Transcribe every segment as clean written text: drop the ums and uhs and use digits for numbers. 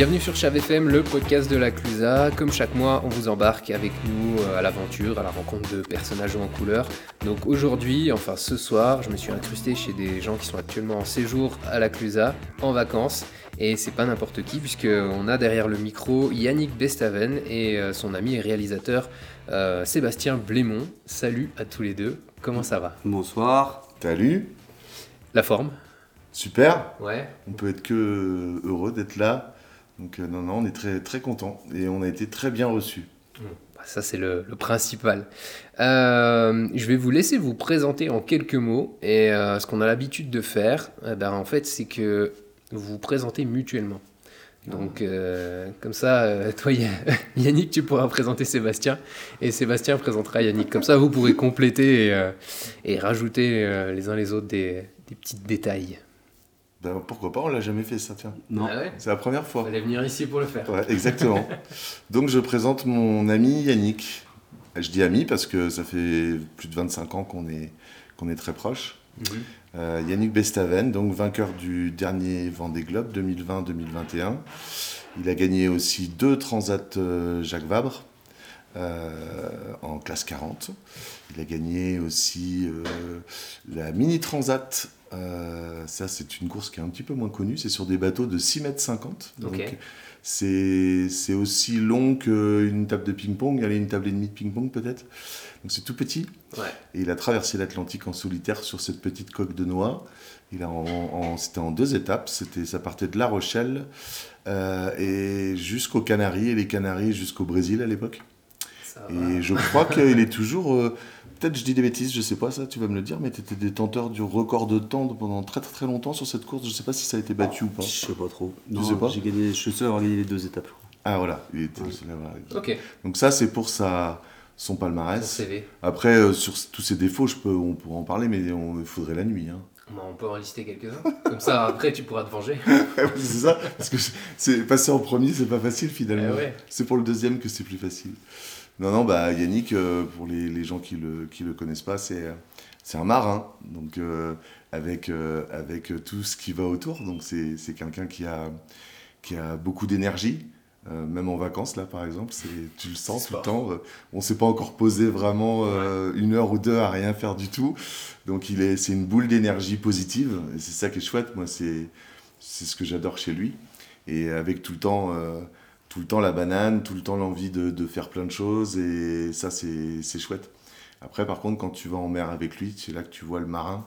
Bienvenue sur Chave FM, le podcast de la Clusa. Comme chaque mois, on vous embarque avec nous à l'aventure, à la rencontre de personnages en couleur. Donc aujourd'hui, enfin ce soir, je me suis incrusté chez des gens qui sont actuellement en séjour à la Clusa, en vacances. Et c'est pas n'importe qui, puisqu'on a derrière le micro Yannick Bestaven et son ami et réalisateur Sébastien Blémont. Salut à tous les deux, comment ça va ? Bonsoir. Salut. La forme ? Super. Ouais. On peut être que heureux d'être là. Donc non, on est très, très contents et on a été très bien reçus. Ça, c'est le principal. Je vais vous laisser vous présenter en quelques mots. Et ce qu'on a l'habitude de faire, en fait, c'est que vous vous présentez mutuellement. Donc, comme ça, toi, Yannick, tu pourras présenter Sébastien. Et Sébastien présentera Yannick. Comme ça, vous pourrez compléter et rajouter les uns les autres des petits détails. Pourquoi pas, on l'a jamais fait ça, tiens. Non. Ah ouais ? C'est la première fois. Vous allez venir ici pour le faire. Ouais, exactement. Donc je présente mon ami Yannick. Je dis ami parce que ça fait plus de 25 ans qu'on est très proches. Yannick Bestaven, donc vainqueur du dernier Vendée Globe 2020-2021. Il a gagné aussi 2 Transat Jacques Vabre en classe 40. Il a gagné aussi la Mini Transat. Ça, c'est une course qui est un petit peu moins connue. C'est sur des bateaux de 6,50 m. Donc, Ok. c'est aussi long qu'une table de ping-pong. Allez, une table et demie de ping-pong peut-être. Donc, c'est tout petit. Ouais. Et il a traversé l'Atlantique en solitaire sur cette petite coque de noix. C'était en 2 étapes. Ça partait de La Rochelle et jusqu'aux Canaries. Et les Canaries jusqu'au Brésil à l'époque. Et je crois qu'il est toujours... peut-être je dis des bêtises, je sais pas ça, tu vas me le dire, mais tu étais détenteur du record de temps pendant très très très longtemps sur cette course. Je sais pas si ça a été battu ou pas. Je sais pas trop. Tu Non, sais pas ? je suis seul à avoir gagné les 2 étapes. Ah voilà, il était le seul à avoir gagné. Ok. Donc ça c'est pour son palmarès. Son CV. Après, sur tous ses défauts, on pourra en parler, mais il faudrait la nuit. Hein. On peut en lister quelques-uns. Comme ça, après, tu pourras te venger. C'est ça, parce que passer en premier, c'est pas facile finalement. Ouais. C'est pour le deuxième que c'est plus facile. Non, Yannick, pour les gens qui le connaissent pas, c'est un marin, donc avec tout ce qui va autour. Donc c'est quelqu'un qui a beaucoup d'énergie, même en vacances là par exemple. Tu le sens tout le temps. On s'est pas encore posé vraiment 1 heure ou 2 à rien faire du tout. Donc c'est une boule d'énergie positive. Et c'est ça qui est chouette. Moi c'est ce que j'adore chez lui. Et avec tout le temps la banane, tout le temps l'envie de faire plein de choses, et ça c'est chouette. Après par contre quand tu vas en mer avec lui, c'est là que tu vois le marin,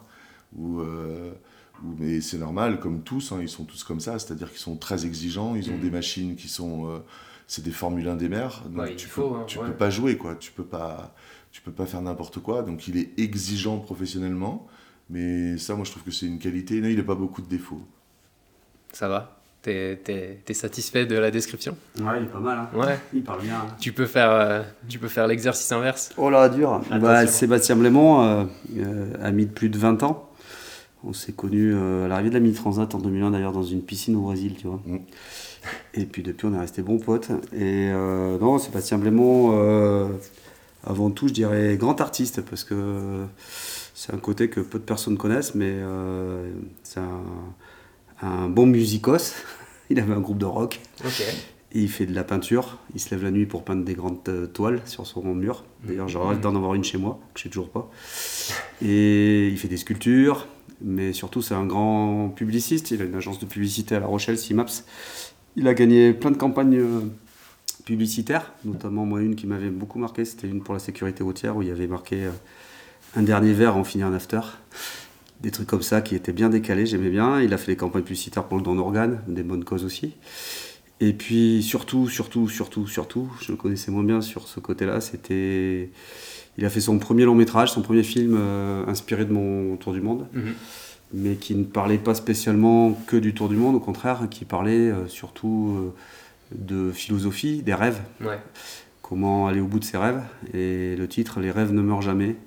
mais c'est normal, comme tous, hein, ils sont tous comme ça, c'est-à-dire qu'ils sont très exigeants, ils ont des machines qui sont... c'est des Formule 1 des mers, donc tu peux pas jouer, quoi. Tu peux pas faire n'importe quoi, donc il est exigeant professionnellement, mais ça moi je trouve que c'est une qualité, non, il n'a pas beaucoup de défauts. Ça va ? T'es satisfait de la description ? Ouais, il est pas mal. Hein. Ouais. Il parle bien. Hein. Tu peux faire l'exercice inverse. Oh là, dur. Sébastien Blémont, ami de plus de 20 ans. On s'est connus à l'arrivée de la Mini Transat en 2001, d'ailleurs, dans une piscine au Brésil, tu vois. Et puis depuis, on est restés bons potes. Et non, Sébastien Blémont, avant tout, je dirais grand artiste, parce que c'est un côté que peu de personnes connaissent, mais c'est un bon musicos. Il avait un groupe de rock. Ok. Et il fait de la peinture. Il se lève la nuit pour peindre des grandes toiles sur son mur. D'ailleurs, j'ai rêve d'en avoir une chez moi, que je n'ai toujours pas. Et il fait des sculptures, mais surtout, c'est un grand publiciste. Il a une agence de publicité à La Rochelle, Simaps. Il a gagné plein de campagnes publicitaires, notamment moi une qui m'avait beaucoup marqué. C'était une pour la sécurité routière où il y avait marqué un dernier verre, on finit un after. Des trucs comme ça qui étaient bien décalés, j'aimais bien. Il a fait des campagnes publicitaires pour le don d'organes, des bonnes causes aussi. Et puis surtout, je le connaissais moins bien sur ce côté-là, il a fait son premier long métrage, son premier film inspiré de mon Tour du Monde, mais qui ne parlait pas spécialement que du Tour du Monde, au contraire, qui parlait surtout de philosophie, des rêves, comment aller au bout de ses rêves. Et le titre, Les rêves ne meurent jamais.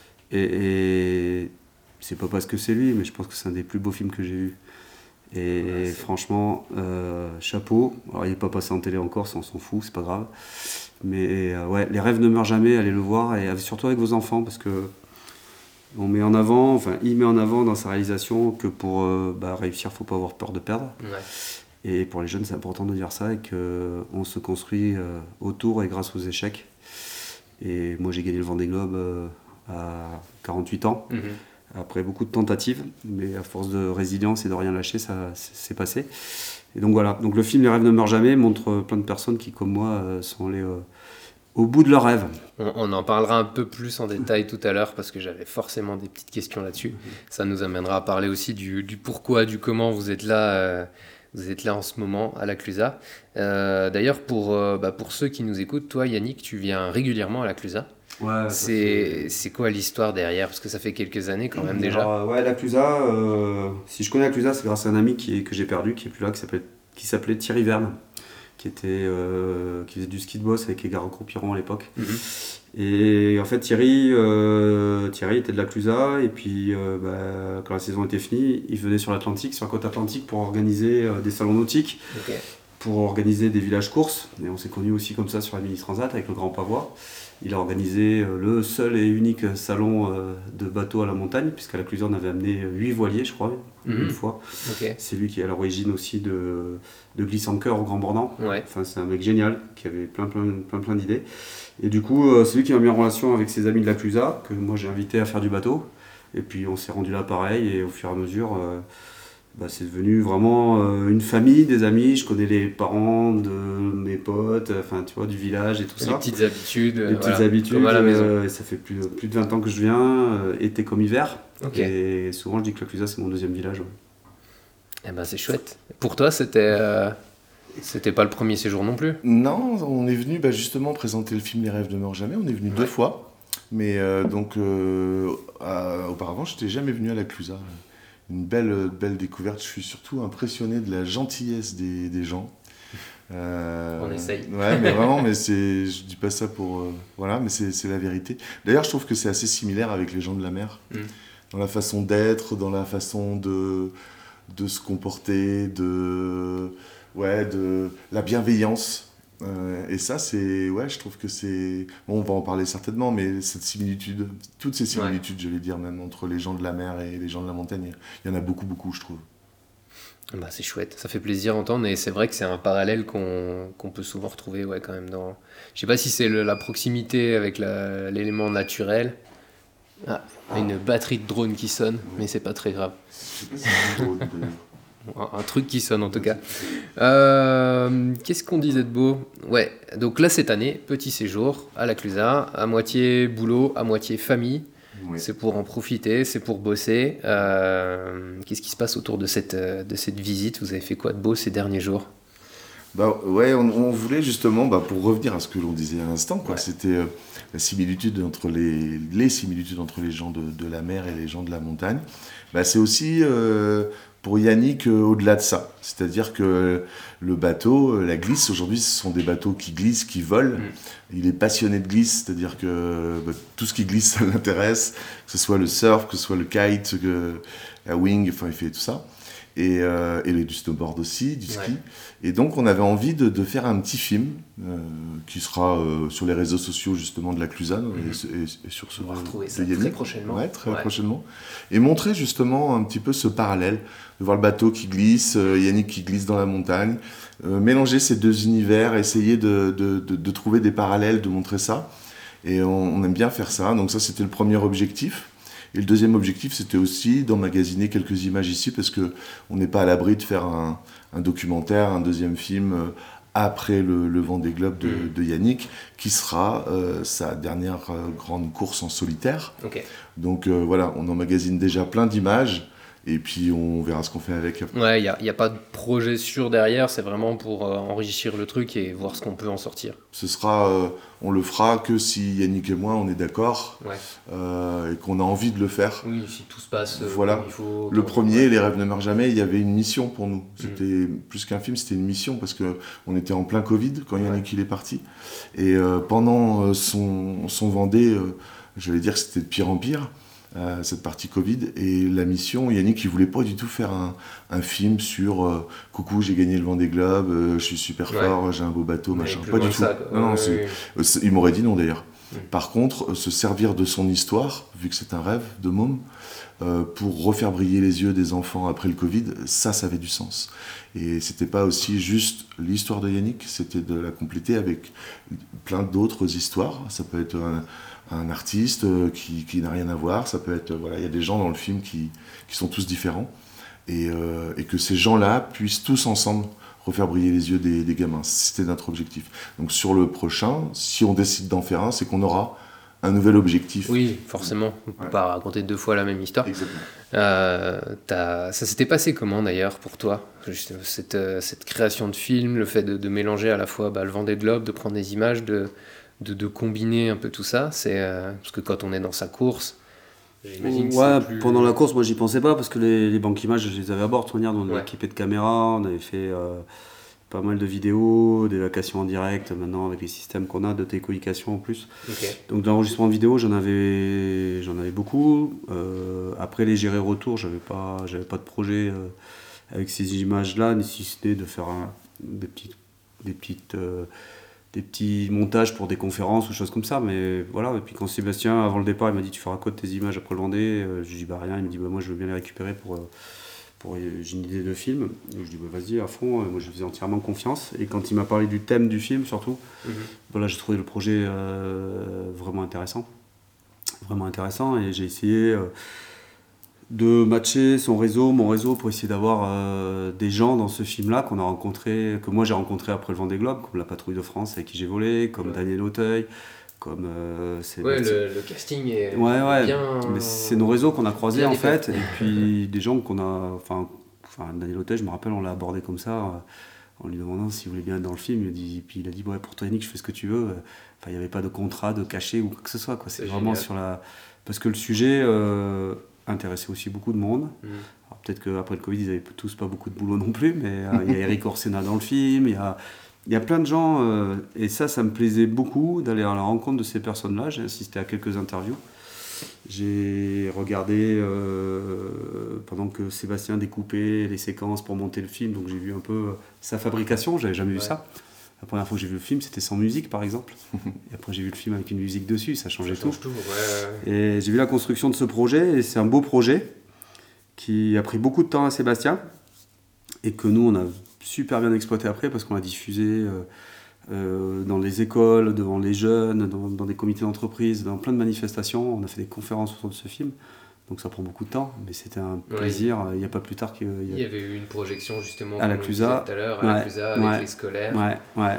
Et c'est pas parce que c'est lui, mais je pense que c'est un des plus beaux films que j'ai vus. Et franchement, chapeau. Alors il n'est pas passé en télé encore, ça on s'en fout, c'est pas grave. Mais Les rêves ne meurent jamais, allez le voir, et surtout avec vos enfants, parce que il met en avant dans sa réalisation que pour réussir, il ne faut pas avoir peur de perdre. Et pour les jeunes, c'est important de dire ça et qu'on se construit autour et grâce aux échecs. Et moi, j'ai gagné le Vendée Globe à 48 ans, après beaucoup de tentatives, mais à force de résilience et de rien lâcher, ça s'est passé. Et donc voilà, donc le film Les rêves ne meurent jamais montre plein de personnes qui, comme moi, sont allées au bout de leurs rêves. On en parlera un peu plus en détail tout à l'heure parce que j'avais forcément des petites questions là-dessus. Ça nous amènera à parler aussi du pourquoi, du comment vous êtes là en ce moment à la Clusa. D'ailleurs, pour ceux qui nous écoutent, toi Yannick, tu viens régulièrement à la Clusa. Ouais, c'est quoi l'histoire derrière? Parce que ça fait quelques années quand même déjà. Alors, ouais, la Clusa, si je connais la Clusa, c'est grâce à un ami que j'ai perdu, qui est plus là, qui s'appelait Thierry Verne, qui faisait du ski de boss avec Edgar Croupiron à l'époque. Et en fait, Thierry était de la Clusa, et puis quand la saison était finie, il venait sur la côte atlantique, pour organiser des salons nautiques, pour organiser des villages courses. Et on s'est connus aussi comme ça sur la Mini Transat avec le Grand Pavois. Il a organisé le seul et unique salon de bateaux à la montagne, puisqu'à la Clusa on avait amené 8 voiliers, je crois, une fois. C'est lui qui est à l'origine aussi de Glisse en Cœur au Grand Bornand. Enfin, c'est un mec génial qui avait plein d'idées. Et du coup, c'est lui qui m'a mis en relation avec ses amis de la Clusa, que moi j'ai invité à faire du bateau. Et puis on s'est rendu là pareil, et au fur et à mesure, c'est devenu vraiment une famille, des amis. Je connais les parents de mes potes, enfin tu vois, du village et tout ça. Les petites habitudes. Comme à la maison. Ça fait plus de 20 ans que je viens, été comme hiver. Et souvent je dis que la Clusa c'est mon deuxième village. Eh ben c'est chouette. Pour toi, c'était pas le premier séjour non plus? Non, on est venu justement présenter le film Les rêves ne meurent jamais. On est venu 2 fois. Mais auparavant, je n'étais jamais venu à la Clusa. Une belle découverte. Je suis surtout impressionné de la gentillesse des gens. On essaye. Ouais, mais vraiment, je dis pas ça pour... mais c'est la vérité. D'ailleurs, je trouve que c'est assez similaire avec les gens de la mer. Dans la façon d'être, dans la façon de se comporter, de la bienveillance. Et ça, je trouve que c'est... Bon, on va en parler certainement, mais cette similitude, toutes ces similitudes, je vais dire, même entre les gens de la mer et les gens de la montagne, il y en a beaucoup, je trouve. C'est chouette, ça fait plaisir d'entendre, et c'est vrai que c'est un parallèle qu'on peut souvent retrouver quand même dans... Je sais pas si c'est la proximité avec l'élément naturel. Une batterie de drone qui sonne, mais c'est pas très grave. Je sais pas si c'est un drone, un truc qui sonne en tout cas. Qu'est-ce qu'on disait de beau? Donc là cette année, petit séjour à la Clusa, à moitié boulot, à moitié famille. C'est pour en profiter, c'est pour bosser. Qu'est-ce qui se passe autour de cette visite? Vous avez fait quoi de beau ces derniers jours? On voulait justement, pour revenir à ce que l'on disait à l'instant, c'était la similitude entre les similitudes entre les gens de la mer et les gens de la montagne. C'est aussi pour Yannick au-delà de ça. C'est-à-dire que le bateau, la glisse, aujourd'hui, ce sont des bateaux qui glissent, qui volent. Il est passionné de glisse, c'est-à-dire que tout ce qui glisse, ça l'intéresse, que ce soit le surf, que ce soit le kite, la wing, enfin, il fait tout ça. Et du snowboard aussi, du ski. Et donc, on avait envie de faire un petit film qui sera sur les réseaux sociaux, justement, de la Clusa et sur ce... On va retrouver ça très prochainement. Très prochainement. Et montrer, justement, un petit peu ce parallèle, de voir le bateau qui glisse, Yannick qui glisse dans la montagne, mélanger ces deux univers, essayer de trouver des parallèles, de montrer ça. Et on aime bien faire ça. Donc ça, c'était le premier objectif. Et le deuxième objectif, c'était aussi d'emmagasiner quelques images ici, parce qu'on n'est pas à l'abri de faire un documentaire, un deuxième film après le Vendée Globe de Yannick, qui sera sa dernière grande course en solitaire. Donc on emmagasine déjà plein d'images, et puis on verra ce qu'on fait avec. Il n'y a pas de projet sûr derrière, c'est vraiment pour enrichir le truc et voir ce qu'on peut en sortir. Ce sera, on le fera que si Yannick et moi on est d'accord et qu'on a envie de le faire. Oui, si tout se passe il faut. Le premier, Les rêves ne meurent jamais, il y avait une mission pour nous. C'était plus qu'un film, c'était une mission, parce qu'on était en plein Covid quand Yannick il est parti. Et pendant son Vendée, j'allais dire que c'était de pire en pire. Cette partie Covid, et la mission, Yannick il voulait pas du tout faire un film sur coucou, j'ai gagné le Vendée Globe, je suis super fort, j'ai un beau bateau, machin, pas du tout. Il m'aurait dit non d'ailleurs. Par contre, se servir de son histoire, vu que c'est un rêve de môme, pour refaire briller les yeux des enfants après le Covid, ça avait du sens. Et c'était pas aussi juste l'histoire de Yannick, c'était de la compléter avec plein d'autres histoires. Ça peut être un artiste qui n'a rien à voir, ça peut être, il y a des gens dans le film qui sont tous différents, et que ces gens-là puissent tous ensemble refaire briller les yeux des gamins. C'était notre objectif. Donc sur le prochain, si on décide d'en faire un, c'est qu'on aura un nouvel objectif. Oui, forcément. On ne peut pas raconter 2 fois la même histoire. Exactement. Ça s'était passé comment d'ailleurs pour toi, cette création de film, le fait de mélanger à la fois le Vendée Globe, de prendre des images, de combiner un peu tout ça, parce que quand on est dans sa course, j'imagine que c'est plus... Pendant la course, moi j'y pensais pas parce que les banques images, je les avais à bord. On est équipé de caméras, on avait fait pas mal de vidéos, des locations en direct maintenant avec les systèmes qu'on a de télécommunication en plus. Okay. Donc de l'enregistrement de vidéo, j'en avais beaucoup. Après les gérés retour, j'avais pas de projet avec ces images-là, ni si ce n'est de faire des petits montages pour des conférences ou choses comme ça, mais voilà. Et puis quand Sébastien, avant le départ, il m'a dit tu feras quoi de tes images après le Vendée, je lui dis rien, il me dit moi je veux bien les récupérer pour j'ai une idée de film. Donc je dis vas-y à fond, moi je lui faisais entièrement confiance. Et quand il m'a parlé du thème du film surtout, j'ai trouvé le projet vraiment intéressant, et j'ai essayé de matcher mon réseau pour essayer d'avoir des gens dans ce film-là que moi j'ai rencontré après le Vendée Globe, comme la Patrouille de France avec qui j'ai volé, comme Daniel Auteuil, comme le casting est bien... Mais c'est nos réseaux qu'on a croisés en fait, et puis des gens qu'on a... Enfin Daniel Auteuil, je me rappelle, on l'a abordé comme ça, en lui demandant s'il voulait bien être dans le film, il a dit pour toi Yannick, je fais ce que tu veux. Il n'y avait pas de contrat, de cachet ou quoi que ce soit, quoi. C'est vraiment génial. Sur la... Parce que le sujet... intéressait aussi beaucoup de monde. Alors, peut-être qu'après le Covid, ils n'avaient tous pas beaucoup de boulot non plus, mais il y a Eric Orsena dans le film, il y a plein de gens, et ça me plaisait beaucoup d'aller à la rencontre de ces personnes-là. J'ai assisté à quelques interviews. J'ai regardé pendant que Sébastien découpait les séquences pour monter le film, donc j'ai vu un peu sa fabrication, j'avais jamais vu ça. La première fois que j'ai vu le film, c'était sans musique, par exemple. Et après, j'ai vu le film avec une musique dessus, ça changeait tout. Et j'ai vu la construction de ce projet, et c'est un beau projet qui a pris beaucoup de temps à Sébastien, et que nous, on a super bien exploité après, parce qu'on l'a diffusé dans les écoles, devant les jeunes, dans des comités d'entreprise, dans plein de manifestations. On a fait des conférences autour de ce film. Donc ça prend beaucoup de temps, mais c'était un plaisir. Il n'y a pas plus tard qu'il y avait eu une projection justement à la Clusa, tout à l'heure, à la Clusa avec les scolaires.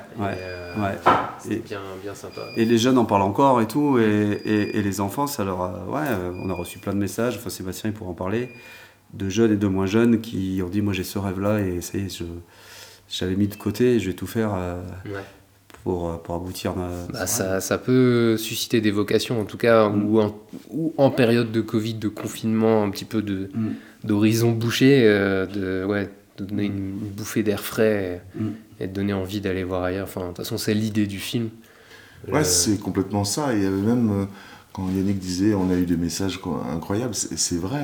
C'était bien sympa. Et les jeunes en parlent encore et tout, et les enfants, ça leur a, on a reçu plein de messages. Enfin, Sébastien, il pourra en parler, de jeunes et de moins jeunes qui ont dit moi j'ai ce rêve-là et ça y est, j'avais mis de côté et je vais tout faire. Pour aboutir ça peut susciter des vocations en tout cas, ou en période de Covid, de confinement, un petit peu d'horizon bouché, de donner une bouffée d'air frais et de donner envie d'aller voir ailleurs. Enfin, de toute façon, c'est l'idée du film. C'est complètement ça. Il y avait même, quand Yannick disait on a eu des messages incroyables, c'est vrai.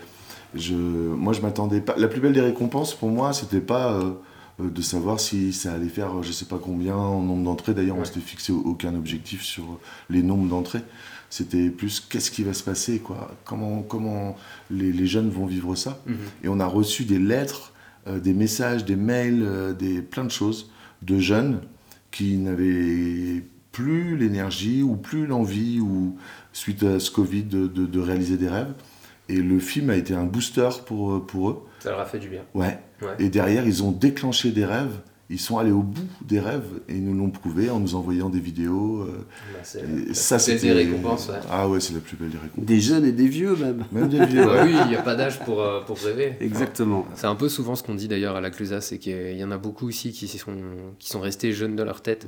Moi, je m'attendais pas. La plus belle des récompenses pour moi, c'était pas de savoir si ça allait faire je sais pas combien en nombre d'entrées. D'ailleurs, on s'était fixé aucun objectif sur les nombres d'entrées. C'était plus qu'est-ce qui va se passer, quoi. Comment les jeunes vont vivre ça. Et on a reçu des lettres, des messages, des mails, plein de choses de jeunes qui n'avaient plus l'énergie ou plus l'envie, ou suite à ce Covid, de réaliser des rêves. Et le film a été un booster pour eux. Ça leur a fait du bien. Ouais. Et derrière, ils ont déclenché des rêves. Ils sont allés au bout des rêves et ils nous l'ont prouvé en nous envoyant des vidéos. C'est des récompenses. Ouais. Ah ouais, c'est la plus belle des récompenses. Des jeunes et des vieux même. Même des vieux, ouais. Oui, il n'y a pas d'âge pour rêver. Exactement. C'est un peu souvent ce qu'on dit d'ailleurs à la Clusa, c'est qu'il y en a beaucoup ici qui sont restés jeunes de leur tête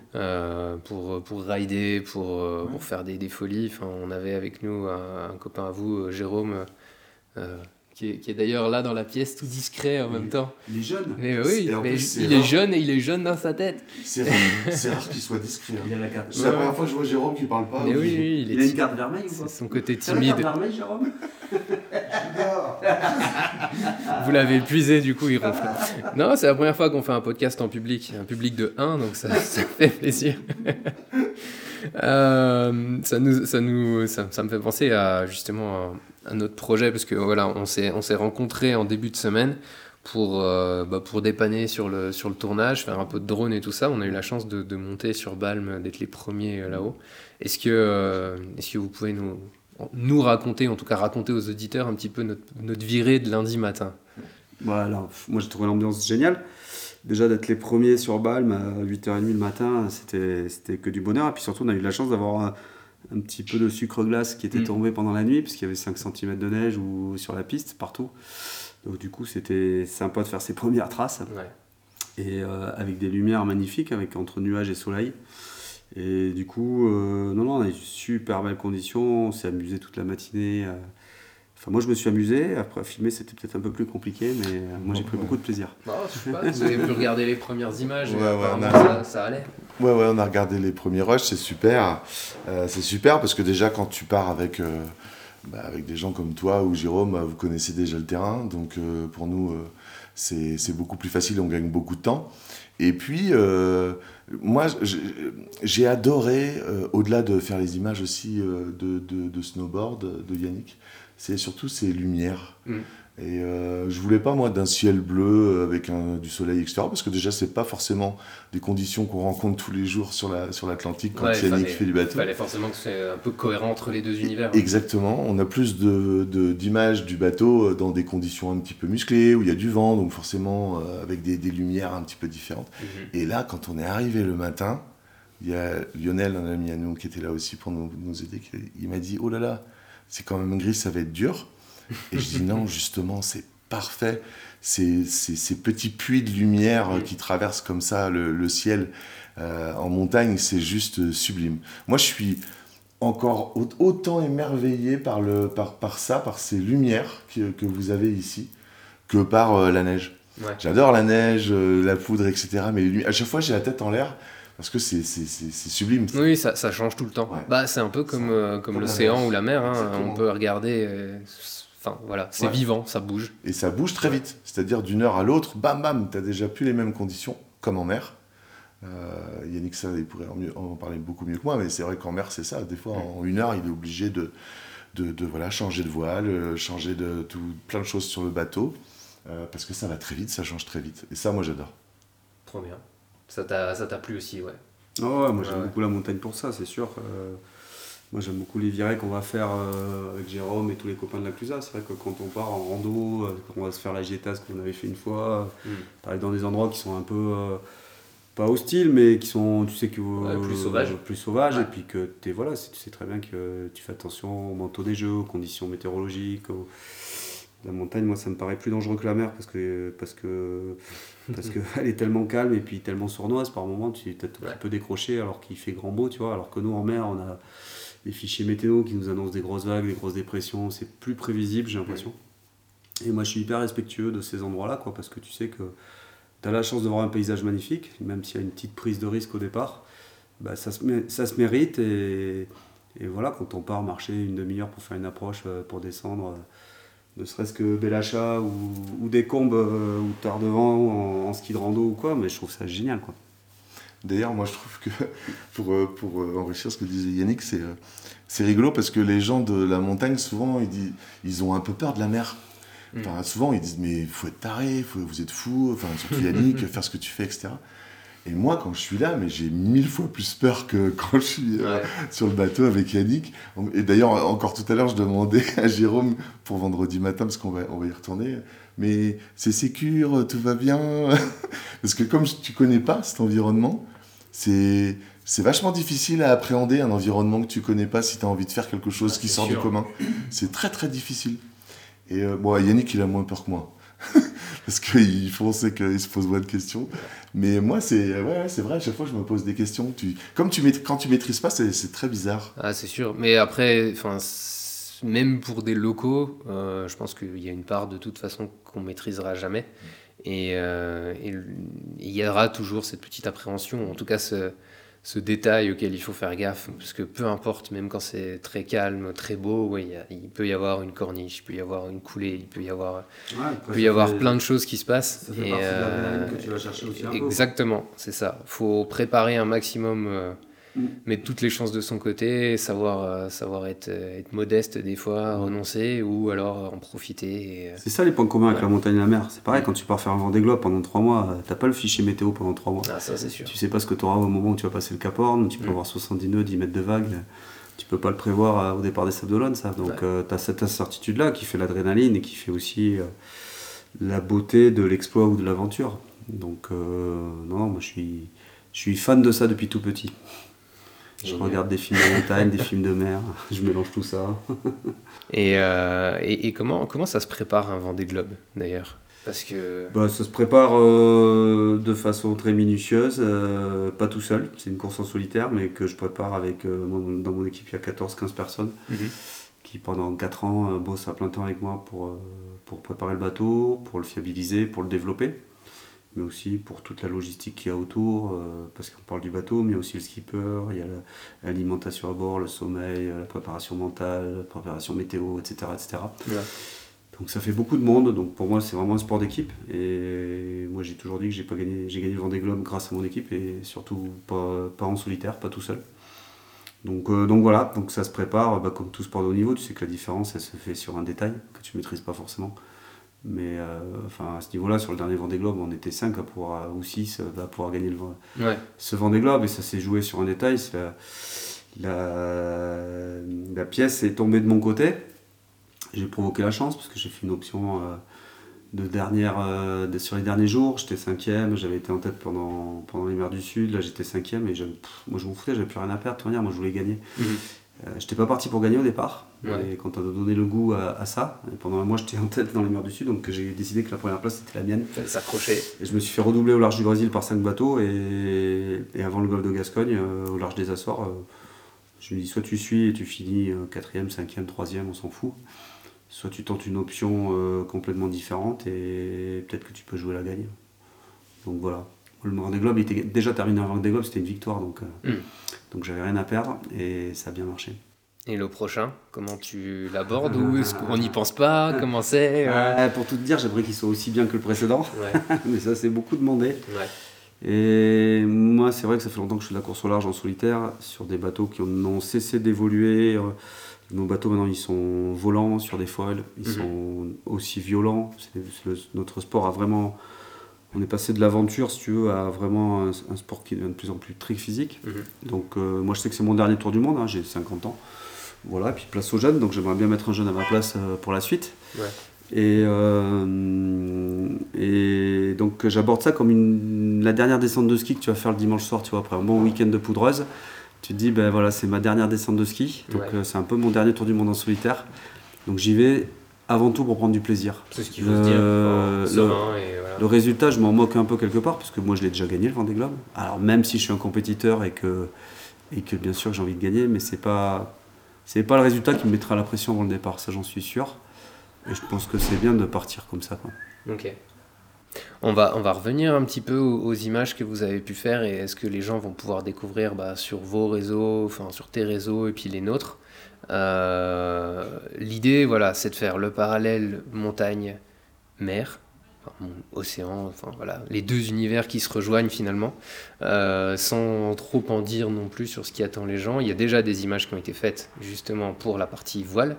pour rider, pour faire des folies. Enfin, on avait avec nous un copain à vous, Jérôme, qui est d'ailleurs là dans la pièce, tout discret en même temps. Il est jeune. Mais oui, il est jeune et il est jeune dans sa tête. C'est rare qu'il soit discret. Il a la carte. C'est la première fois que je vois Jérôme qui parle pas. Mais oui, il a une carte vermeille ou pas? C'est son côté timide. Une carte vermeille, Jérôme? Vous l'avez épuisé, du coup, il ronfle. Non, c'est la première fois qu'on fait un podcast en public. Un public de 1, donc ça fait plaisir. Ça me fait penser à justement à notre projet parce que voilà, on s'est rencontrés en début de semaine pour dépanner sur le tournage, faire un peu de drone et tout ça. On a eu la chance de monter sur Balme, d'être les premiers là-haut. Est-ce que vous pouvez nous raconter, en tout cas raconter aux auditeurs un petit peu notre virée de lundi matin? Voilà, moi j'ai trouvé l'ambiance géniale. Déjà d'être les premiers sur Balme à 8h30 le matin, c'était que du bonheur. Et puis surtout, on a eu la chance d'avoir un petit peu de sucre glace qui était tombé pendant la nuit, puisqu'il y avait 5 cm de neige sur la piste, partout. Donc du coup, c'était sympa de faire ses premières traces. Ouais. Et avec des lumières magnifiques, entre nuages et soleil. Et du coup, non, on a eu super belles conditions. On s'est amusé toute la matinée. Enfin, moi, je me suis amusé. Après, filmer, c'était peut-être un peu plus compliqué, mais moi, j'ai pris beaucoup de plaisir. Je sais pas, vous avez pu regarder les premières images. Ça allait. Ouais, on a regardé les premiers rushs, c'est super. C'est super parce que déjà, quand tu pars avec des gens comme toi ou Jérôme, vous connaissez déjà le terrain. Donc, pour nous, c'est beaucoup plus facile, on gagne beaucoup de temps. Et puis, moi, j'ai adoré, au-delà de faire les images aussi de snowboard de Yannick, c'est surtout ces lumières. Et je voulais pas, moi, d'un ciel bleu avec du soleil extérieur, parce que déjà, c'est pas forcément des conditions qu'on rencontre tous les jours sur l'Atlantique quand Yannick fait du bateau. Il fallait forcément que c'est un peu cohérent entre les deux univers. Exactement. On a plus d'images du bateau dans des conditions un petit peu musclées, où il y a du vent, donc forcément avec des lumières un petit peu différentes. Et là, quand on est arrivé le matin, il y a Lionel, un ami à nous, qui était là aussi pour nous aider. Il m'a dit « Oh là là, c'est quand même gris, ça va être dur ». Et je dis non, justement, c'est parfait. Ces petits puits de lumière qui traversent comme ça le ciel en montagne, c'est juste sublime. Moi, je suis encore autant émerveillé par ces lumières que vous avez ici, que par la neige. Ouais. J'adore la neige, la poudre, etc. Mais à chaque fois, j'ai la tête en l'air. Parce que c'est sublime. Oui, ça change tout le temps. Ouais. C'est un peu comme l'océan ou la mer. On peut regarder... Enfin, voilà, c'est vivant, ça bouge. Et ça bouge très vite. C'est-à-dire d'une heure à l'autre, bam, bam, tu n'as déjà plus les mêmes conditions, comme en mer. Yannick, ça, il pourrait en parler beaucoup mieux que moi, mais c'est vrai qu'en mer, c'est ça. Des fois, en une heure, il est obligé de changer de voile, changer plein de choses sur le bateau, parce que ça va très vite, ça change très vite. Et ça, moi, j'adore. Trop bien. Ça t'a plu aussi, ouais. Oh ouais, moi j'aime beaucoup la montagne pour ça, c'est sûr. Moi j'aime beaucoup les virées qu'on va faire avec Jérôme et tous les copains de la Clusaz. C'est vrai que quand on part en rando, quand on va se faire la Gétas qu'on avait fait une fois, t'arrives dans des endroits qui sont un peu pas hostiles, mais qui sont, tu sais, plus sauvages, et puis que tu sais très bien que tu fais attention au manteau des jeux, aux conditions météorologiques. La montagne, moi, ça me paraît plus dangereux que la mer parce que elle est tellement calme et puis tellement sournoise par moments, tu peux décrocher alors qu'il fait grand beau, tu vois. Alors que nous, en mer, on a des fichiers météo qui nous annoncent des grosses vagues, des grosses dépressions, c'est plus prévisible, j'ai l'impression. Et moi, je suis hyper respectueux de ces endroits-là, quoi, parce que tu sais que tu as la chance de voir un paysage magnifique, même s'il y a une petite prise de risque au départ, ça se mérite et voilà, quand on part marcher une demi-heure pour faire une approche, pour descendre... ne serait-ce que Bellachat ou des combes ou Tardevant en ski de rando ou quoi, mais je trouve ça génial, quoi. D'ailleurs, moi je trouve que pour enrichir ce que disait Yannick, c'est rigolo parce que les gens de la montagne, souvent, ils ont un peu peur de la mer. Enfin, souvent, ils disent mais il faut être taré, vous êtes fou, enfin, surtout Yannick, faire ce que tu fais, etc. Et moi, quand je suis là, mais j'ai 1000 fois plus peur que quand je suis sur le bateau avec Yannick. Et d'ailleurs, encore tout à l'heure, je demandais à Jérôme pour vendredi matin, parce qu'on va y retourner, mais c'est sécure, tout va bien. Parce que comme tu connais pas cet environnement, c'est vachement difficile à appréhender un environnement que tu connais pas si tu as envie de faire quelque chose qui sort du commun. C'est très très difficile. Et Yannick, il a moins peur que moi. Parce qu'il pensait qu'il se pose moins de questions. Mais moi, c'est vrai, à chaque fois, je me pose des questions. Quand tu maîtrises pas, c'est très bizarre. Ah, c'est sûr. Mais après, même pour des locaux, je pense qu'il y a une part de toute façon qu'on maîtrisera jamais. Et il y aura toujours cette petite appréhension, en tout cas ce détail auquel il faut faire gaffe, parce que peu importe, même quand c'est très calme, très beau, il peut y avoir une corniche, il peut y avoir une coulée, il peut y avoir plein de choses qui se passent. Ça fait partie de l'adrénaline que tu vas chercher aussi un peu. Exactement, c'est ça. Il faut préparer un maximum mettre toutes les chances de son côté, savoir être modeste des fois, renoncer ou alors en profiter. C'est ça les points communs avec la montagne et la mer. C'est pareil, quand tu pars faire un Vendée Globe pendant 3 mois, t'as pas le fichier météo pendant 3 mois. Ah, ça c'est sûr. Tu sais pas ce que tu auras au moment où tu vas passer le Cap Horn, tu peux avoir 70 nœuds, 10 mètres de vagues. Tu peux pas le prévoir au départ des Sables d'Olonne, ça. Donc tu as cette incertitude-là qui fait l'adrénaline et qui fait aussi la beauté de l'exploit ou de l'aventure. Donc non, moi je suis fan de ça depuis tout petit. Je regarde des films de montagne, des films de mer, je mélange tout ça. Et comment ça se prépare un Vendée Globe d'ailleurs? Parce que... ça se prépare de façon très minutieuse, pas tout seul, c'est une course en solitaire, mais que je prépare avec, dans mon équipe il y a 14-15 personnes qui pendant 4 ans bossent à plein temps avec moi pour préparer le bateau, pour le fiabiliser, pour le développer, mais aussi pour toute la logistique qu'il y a autour, parce qu'on parle du bateau, mais il y a aussi le skipper, il y a l'alimentation à bord, le sommeil, la préparation mentale, la préparation météo, etc. Ouais. Donc ça fait beaucoup de monde, donc pour moi c'est vraiment un sport d'équipe, et moi j'ai toujours dit que j'ai gagné le Vendée Globe grâce à mon équipe, et surtout pas en solitaire, pas tout seul. Donc voilà, donc ça se prépare comme tout sport de haut niveau. Tu sais que la différence elle se fait sur un détail que tu maîtrises pas forcément. Mais à ce niveau-là, sur le dernier Vendée Globe, on était 5 ou 6 à pouvoir gagner ce Vendée Globe, et ça s'est joué sur un détail. La pièce est tombée de mon côté. J'ai provoqué la chance parce que j'ai fait une option sur les derniers jours. J'étais 5e, j'avais été en tête pendant les mers du Sud. Là j'étais 5e et moi je m'en foutais, j'avais plus rien à perdre. De toute manière, moi je voulais gagner. J'étais pas parti pour gagner au départ. Et quand on a donné le goût à ça, et pendant un mois j'étais en tête dans les mers du Sud, donc j'ai décidé que la première place c'était la mienne. S'accrocher. Et je me suis fait redoubler au large du Brésil par 5 bateaux, et avant le golfe de Gascogne, au large des Açores, je me dis soit tu suis et tu finis 4e, 5e, 3e, on s'en fout. Soit tu tentes une option complètement différente et peut-être que tu peux jouer la gagne. Donc voilà. Le Vendée Globe, il était déjà terminé avant le Vendée Globe, c'était une victoire, donc j'avais rien à perdre et ça a bien marché. Et le prochain, comment tu l'abordes ou est-ce qu'on n'y pense pas? Comment c'est Pour tout te dire, j'aimerais qu'il soit aussi bien que le précédent, mais ça c'est beaucoup demandé. Ouais. Et moi, c'est vrai que ça fait longtemps que je fais de la course au large en solitaire sur des bateaux qui ont cessé d'évoluer. Nos bateaux maintenant ils sont volants sur des foils, ils sont aussi violents. Notre sport a vraiment... On est passé de l'aventure, si tu veux, à vraiment un sport qui devient de plus en plus très physique. Donc moi je sais que c'est mon dernier tour du monde, j'ai 50 ans. Voilà, et puis place aux jeunes, donc j'aimerais bien mettre un jeune à ma place pour la suite. Et donc j'aborde ça comme la dernière descente de ski que tu vas faire le dimanche soir, tu vois, après un bon week-end de poudreuse. Tu te dis, voilà, c'est ma dernière descente de ski, donc c'est un peu mon dernier tour du monde en solitaire. Donc j'y vais avant tout pour prendre du plaisir. C'est ce qu'il faut se dire. Le résultat, je m'en moque un peu quelque part, parce que moi je l'ai déjà gagné le Vendée Globe. Alors même si je suis un compétiteur et que bien sûr j'ai envie de gagner, mais c'est pas le résultat qui me mettra la pression avant le départ, ça j'en suis sûr. Et je pense que c'est bien de partir comme ça, quoi. Ok. On va revenir un petit peu aux images que vous avez pu faire, et est-ce que les gens vont pouvoir découvrir sur vos réseaux, enfin sur tes réseaux et puis les nôtres. L'idée, voilà, c'est de faire le parallèle montagne-mer, océan, les deux univers qui se rejoignent finalement, sans trop en dire non plus sur ce qui attend les gens. Il y a déjà des images qui ont été faites justement pour la partie voile.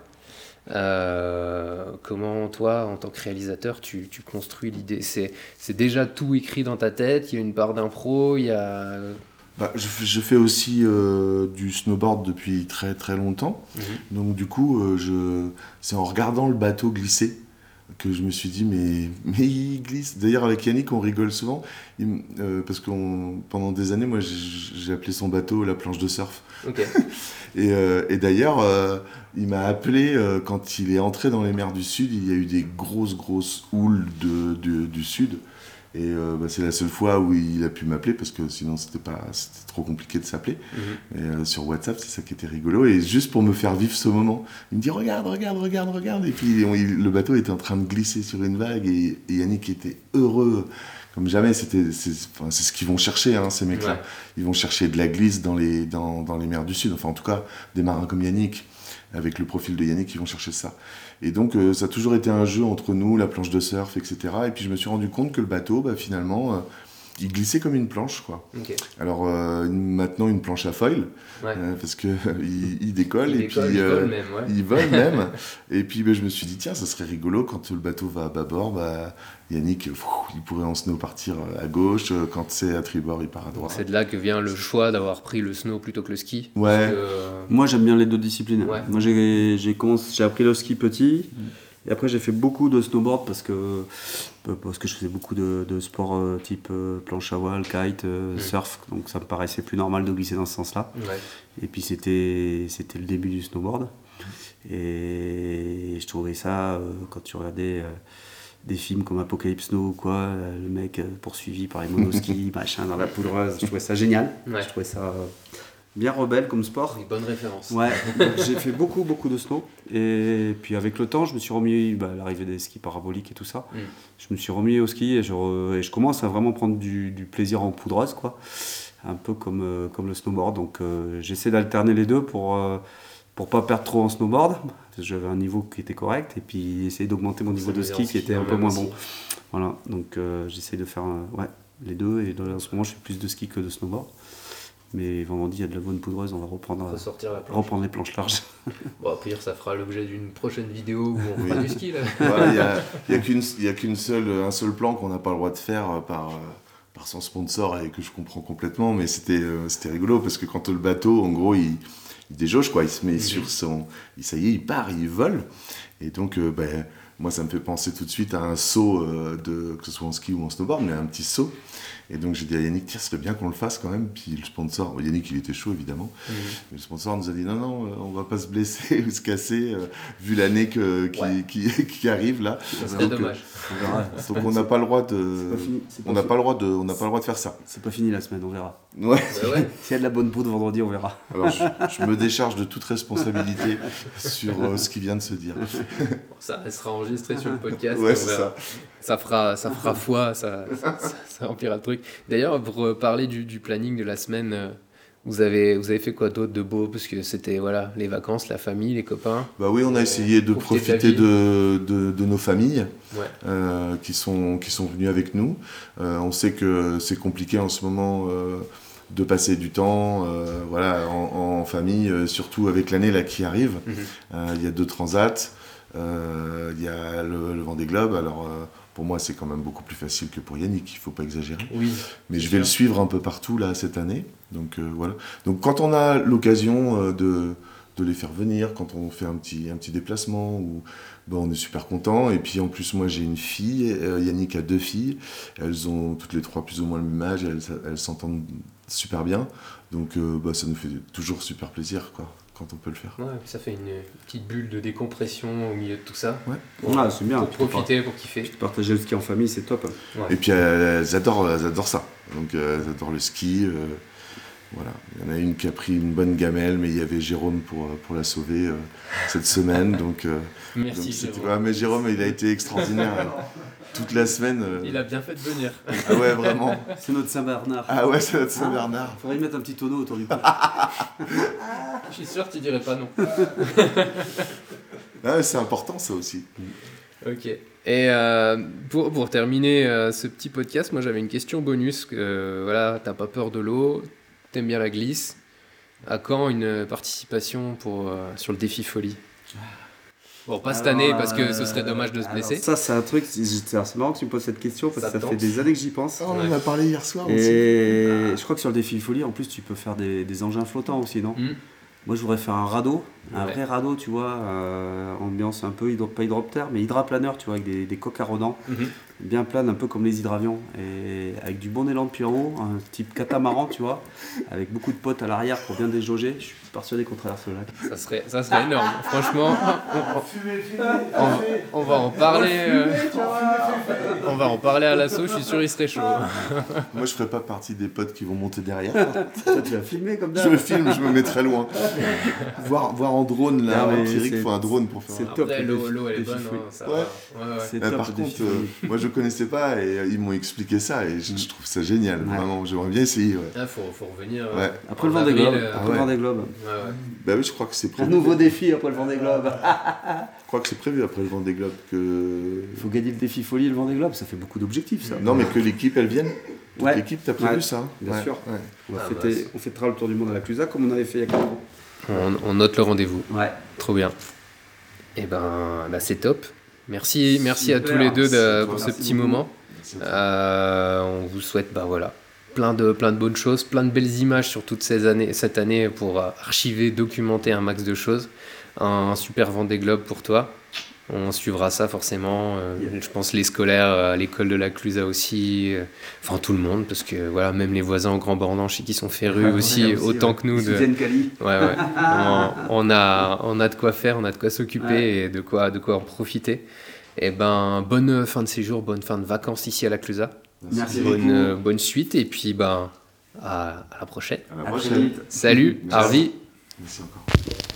Comment toi, en tant que réalisateur, tu construis l'idée? C'est déjà tout écrit dans ta tête? Il y a une part d'impro? Il y a... je fais aussi du snowboard depuis très très longtemps. Donc du coup, c'est en regardant le bateau glisser que je me suis dit mais il glisse. D'ailleurs avec Yannick on rigole souvent parce que pendant des années moi j'ai appelé son bateau la planche de surf. Okay. et d'ailleurs il m'a appelé quand il est entré dans les mers du Sud. Il y a eu des grosses houles du Sud. Et c'est la seule fois où il a pu m'appeler parce que sinon c'était trop compliqué de s'appeler. Et sur WhatsApp, c'est ça qui était rigolo. Et juste pour me faire vivre ce moment, il me dit regarde. Et puis le bateau était en train de glisser sur une vague et Yannick était heureux comme jamais. C'est ce qu'ils vont chercher, ces mecs-là. Ouais. Ils vont chercher de la glisse dans les mers du Sud. Enfin, en tout cas, des marins comme Yannick, avec le profil de Yannick, ils vont chercher ça. Et donc, ça a toujours été un jeu entre nous, la planche de surf, etc. Et puis, je me suis rendu compte que le bateau, finalement, il glissait comme une planche, quoi. Ok. Alors maintenant une planche à foil, Ouais. parce que il décolle et puis il vole même, ouais. il vole même. Et puis je me suis dit tiens, ça serait rigolo quand le bateau va à bâbord, Yannick, il pourrait en snow partir à gauche, quand c'est à tribord, il part à Donc droite. c'est de là que vient le choix d'avoir pris le snow plutôt que le ski. Ouais. Parce que, Moi, j'aime bien les deux disciplines. Ouais. Moi, j'ai appris le ski petit. Et après, j'ai fait beaucoup de snowboard parce que je faisais beaucoup de sports type planche à voile, kite, surf. Donc, ça me paraissait plus normal de glisser dans ce sens-là. ouais. Et puis, c'était le début du snowboard. Et je trouvais ça, quand tu regardais des films comme Apocalypse Now ou quoi, le mec poursuivi par les monoskis, machin, dans la poudreuse, je trouvais ça génial. Ouais. Je trouvais ça bien rebelle comme sport. Une bonne référence. Ouais, donc j'ai fait beaucoup de snow. Et puis avec le temps, je me suis remis à l'arrivée des skis paraboliques et tout ça. Je me suis remis au ski et je commence à vraiment prendre du plaisir en poudreuse, quoi. Un peu comme le snowboard. Donc j'essaie d'alterner les deux pour pas perdre trop en snowboard. Parce que j'avais un niveau qui était correct. Et puis essayer d'augmenter mon niveau de ski qui était un peu moins bon. Voilà, donc j'essaie de faire les deux. Et en ce moment, je fais plus de ski que de snowboard. Mais vendredi, il y a de la bonne poudreuse, on va reprendre les planches larges. Bon, à pire, ça fera l'objet d'une prochaine vidéo où on fera du ski. Là. Il n'y a qu'un seul plan qu'on n'a pas le droit de faire par son sponsor et que je comprends complètement, mais c'était rigolo parce que quand le bateau, en gros, il déjauge, quoi, il se met sur son... Ça y est, il part, il vole. Et donc, moi, ça me fait penser tout de suite à un saut, que ce soit en ski ou en snowboard, mais un petit saut. Et donc j'ai dit à Yannick, tiens, ce serait bien qu'on le fasse quand même. Puis le sponsor, Yannick il était chaud évidemment, mais le sponsor nous a dit non, on va pas se blesser ou se casser, vu l'année qui arrive là. Ça serait dommage. Donc on n'a pas le droit de faire ça. C'est pas fini la semaine, on verra. Ouais. S'il y a de la bonne poudre vendredi, on verra. Alors je me décharge de toute responsabilité sur ce qui vient de se dire. Ça sera enregistré sur le podcast. Ouais, c'est ça. Ça fera foi, ça remplira le truc. D'ailleurs, pour parler du planning de la semaine, vous avez fait quoi d'autre de beau? Parce que c'était les vacances, la famille, les copains. Bah oui, on a essayé de profiter de nos familles qui sont venues avec nous. On sait que c'est compliqué en ce moment de passer du temps en famille, surtout avec l'année là, qui arrive. Il y a 2 transats, il y a le Vendée Globe. Alors pour moi, c'est quand même beaucoup plus facile que pour Yannick, il ne faut pas exagérer. Oui, mais je vais le suivre un peu partout là, cette année. Donc voilà. Donc quand on a l'occasion de les faire venir, quand on fait un petit déplacement, on est super content. Et puis en plus, moi j'ai une fille, Yannick a 2 filles. Elles ont toutes les 3 plus ou moins le même âge, elles s'entendent super bien. Donc ça nous fait toujours super plaisir, quoi, quand on peut le faire. Ouais, ça fait une petite bulle de décompression au milieu de tout ça. Ouais. C'est bien. Pour profiter, pour kiffer. Partager le ski en famille, c'est top. Ouais. Et puis elles adorent ça. Donc elles adorent le ski. Voilà. Il y en a une qui a pris une bonne gamelle, mais il y avait Jérôme pour la sauver cette semaine. Donc, Merci Jérôme. Jérôme. Mais Jérôme, il a été extraordinaire. Toute la semaine. Il a bien fait de venir. Ah ouais, vraiment. C'est notre Saint-Bernard. Ah ouais, c'est notre Saint-Bernard. Faudrait y mettre un petit tonneau autour du cou. Je suis sûr que tu dirais pas non. Ah, c'est important ça aussi. Ok. Et pour terminer ce petit podcast, moi j'avais une question bonus. T'as pas peur de l'eau, t'aimes bien la glisse. À quand une participation sur le défi folie? Bon, pas cette année parce que ce serait dommage de se blesser. Ça, c'est un truc, c'est marrant que tu me poses cette question parce que ça fait des années que j'y pense. On en a parlé hier soir aussi. Et je crois que sur le défi folie, en plus, tu peux faire des engins flottants aussi, non? Moi, je voudrais faire un radeau, vrai radeau, tu vois, ambiance un peu, pas hydroptère, mais hydroplaneur, tu vois, avec des coques à rodents, bien planes, un peu comme les hydravions, et avec du bon élan depuis en haut, un type catamaran, tu vois, avec beaucoup de potes à l'arrière pour bien déjauger. Je suis persuadé qu'on traverse le lac. Ça serait énorme, franchement. On va en parler. On va en parler à l'assaut, je suis sûr il serait chaud. Moi, je ferais pas partie des potes qui vont monter derrière. Toi, tu vas filmer comme ça. Je me filme, je me mets très loin. voir en drone, là, Non, mais Thierry, il faut un drone pour faire c'est un... top. Après, l'eau elle est bonne, défi, ça ouais. va. Ouais. C'est top, Par le contre, défi. moi je connaissais pas et ils m'ont expliqué ça et je trouve ça génial, vraiment, j'aimerais bien essayer. Ouais. Ah, faut revenir. Ouais. Après le en Vendée avril, Globe. Après le Vendée Globe. Ouais. Bah oui, je crois que c'est Un prévu. nouveau défi après le Vendée Globe. Je crois que c'est prévu après le Vendée Globe que... Il faut gagner le défi folie et le Vendée Globe, ça fait beaucoup d'objectifs ça. Non, mais que l'équipe, elle vienne. toute l'équipe, t'as prévu ça? Bien sûr. Ouais. On fêtera le tour du monde à la Clusaz comme on avait fait il y a 4 ans. On note le rendez-vous. Ouais. Trop bien. Et c'est top. Merci à tous les deux pour ce petit moment. On vous souhaite plein de bonnes choses, plein de belles images sur toute cette année pour archiver, documenter un max de choses. Un super Vendée Globe pour toi. On suivra ça forcément. Je pense les scolaires à l'école de la Clusaz aussi. Enfin tout le monde, parce que voilà, même les voisins au Grand Bornand, je sais qu'ils sont férus aussi, autant que nous. Ils soutiennent Cali. Ouais. on a de quoi faire, on a de quoi s'occuper et de quoi en profiter. Et bonne fin de séjour, bonne fin de vacances ici à la Clusaz. Merci Bonne suite et puis à la prochaine. À la prochaine. Salut, Merci. Harvey. Merci encore.